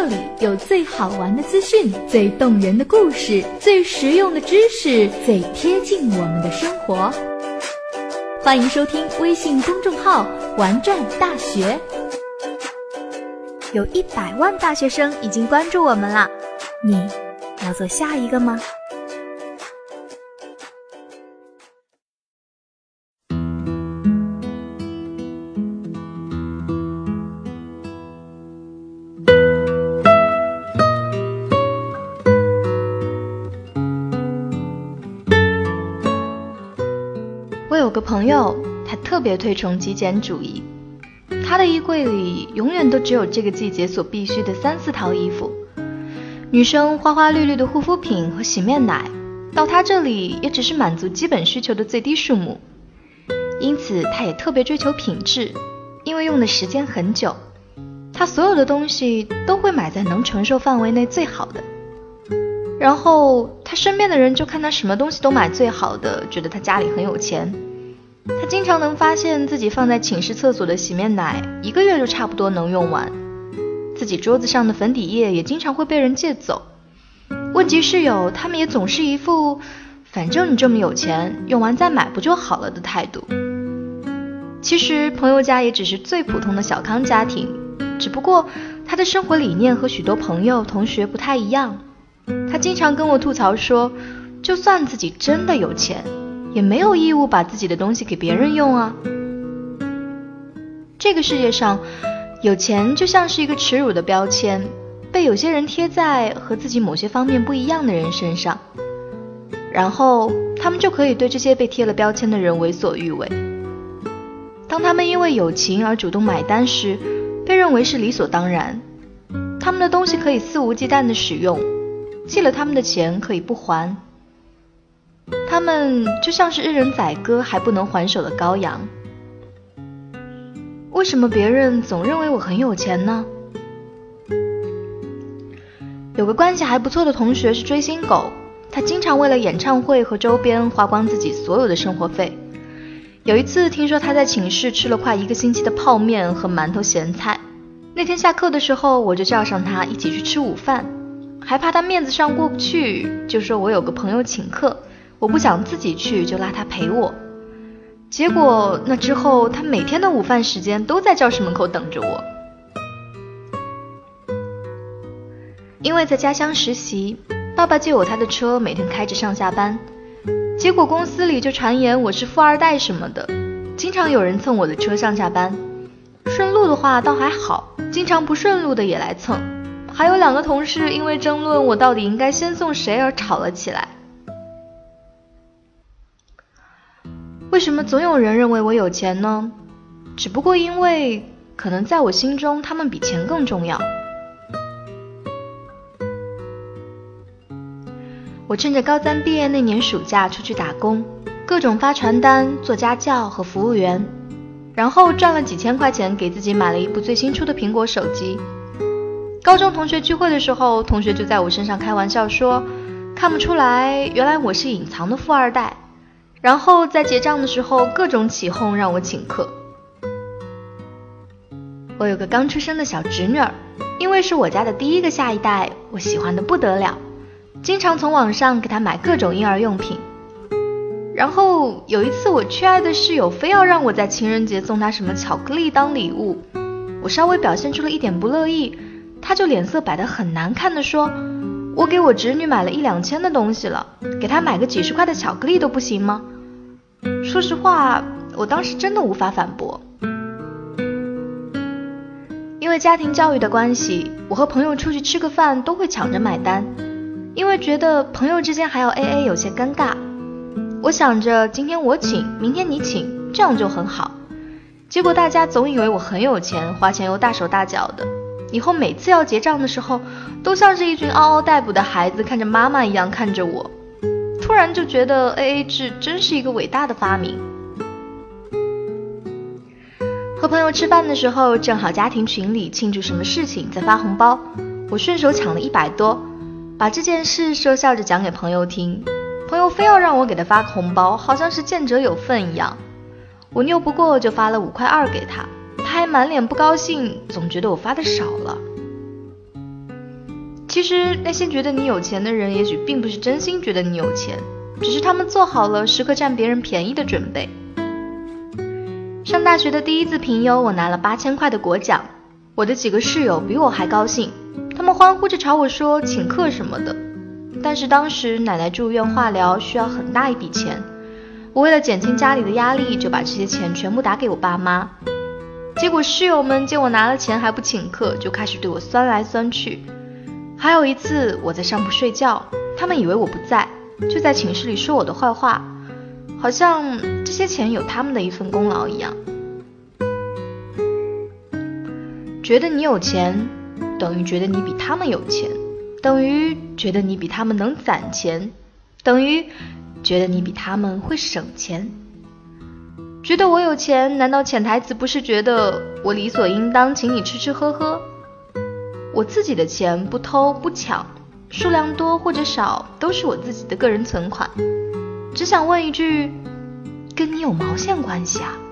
这里有最好玩的资讯，最动人的故事，最实用的知识，最贴近我们的生活。欢迎收听微信公众号玩转大学。有100万大学生已经关注我们了，你要做下一个吗？ 我有个朋友，他特别推崇极简主义，他的衣柜里永远都只有这个季节所必须的3-4套衣服，女生花花绿绿的护肤品和洗面奶，到他这里也只是满足基本需求的最低数目。因此他也特别追求品质，因为用的时间很久，他所有的东西都会买在能承受范围内最好的。然后他身边的人就看他什么东西都买最好的，觉得他家里很有钱。他经常能发现自己放在寝室厕所的洗面奶1个月就差不多能用完，自己桌子上的粉底液也经常会被人借走。问及室友，他们也总是一副反正你这么有钱，用完再买不就好了的态度。其实朋友家也只是最普通的小康家庭，只不过他的生活理念和许多朋友同学不太一样。他经常跟我吐槽说，就算自己真的有钱，也没有义务把自己的东西给别人用啊。这个世界上，有钱就像是一个耻辱的标签，被有些人贴在和自己某些方面不一样的人身上，然后他们就可以对这些被贴了标签的人为所欲为。当他们因为有情而主动买单时，被认为是理所当然，他们的东西可以肆无忌惮地使用，借了他们的钱可以不还，他们就像是任人宰割还不能还手的羔羊。为什么别人总认为我很有钱呢？有个关系还不错的同学是追星狗，他经常为了演唱会和周边花光自己所有的生活费。有一次听说他在寝室吃了快1个星期的泡面和馒头咸菜，那天下课的时候我就叫上他一起去吃午饭，还怕他面子上过不去，就说我有个朋友请客，我不想自己去，就拉他陪我。结果那之后他每天的午饭时间都在教室门口等着我。因为在家乡实习，爸爸借我他的车每天开着上下班，结果公司里就传言我是富二代什么的，经常有人蹭我的车上下班。顺路的话倒还好，经常不顺路的也来蹭，还有2个同事因为争论我到底应该先送谁而吵了起来。为什么总有人认为我有钱呢？只不过因为可能在我心中他们比钱更重要。我趁着高3毕业那年暑假出去打工，各种发传单、做家教和服务员，然后赚了几千块钱给自己买了一部最新出的苹果手机。高中同学聚会的时候，同学就在我身上开玩笑说，看不出来原来我是隐藏的富二代，然后在结账的时候各种起哄让我请客。我有个刚出生的小侄女儿，因为是我家的第1个下一代，我喜欢得不得了，经常从网上给她买各种婴儿用品。然后有一次我缺爱的室友非要让我在情人节送她什么巧克力当礼物，我稍微表现出了一点不乐意，她就脸色摆得很难看地说，我给我侄女买了1-2千的东西了，给她买个几10块的巧克力都不行吗？说实话，我当时真的无法反驳。因为家庭教育的关系，我和朋友出去吃个饭都会抢着买单，因为觉得朋友之间还要 AA 有些尴尬。我想着今天我请，明天你请，这样就很好。结果大家总以为我很有钱，花钱又大手大脚的，以后每次要结账的时候，都像是一群嗷嗷待哺的孩子看着妈妈一样看着我。突然就觉得 AA 制真是一个伟大的发明。和朋友吃饭的时候，正好家庭群里庆祝什么事情在发红包，我顺手抢了100多，把这件事说笑着讲给朋友听，朋友非要让我给他发个红包，好像是见者有份一样。我拗不过就发了5块2给他，他还满脸不高兴，总觉得我发的少了。 其实那些觉得你有钱的人，也许并不是真心觉得你有钱，只是他们做好了时刻占别人便宜的准备。上大学的第一次评优，我拿了8000块的国奖，我的几个室友比我还高兴，他们欢呼着朝我说请客什么的。但是当时奶奶住院化疗需要很大一笔钱，我为了减轻家里的压力，就把这些钱全部打给我爸妈。结果室友们见我拿了钱还不请客，就开始对我酸来酸去。还有一次我在上铺睡觉，他们以为我不在，就在寝室里说我的坏话，好像这些钱有他们的一份功劳一样。觉得你有钱，等于觉得你比他们有钱，等于觉得你比他们能攒钱，等于觉得你比他们会省钱。觉得我有钱，难道潜台词不是觉得我理所应当请你吃吃喝喝？我自己的钱不偷不抢，数量多或者少都是我自己的个人存款。只想问一句，跟你有毛线关系啊？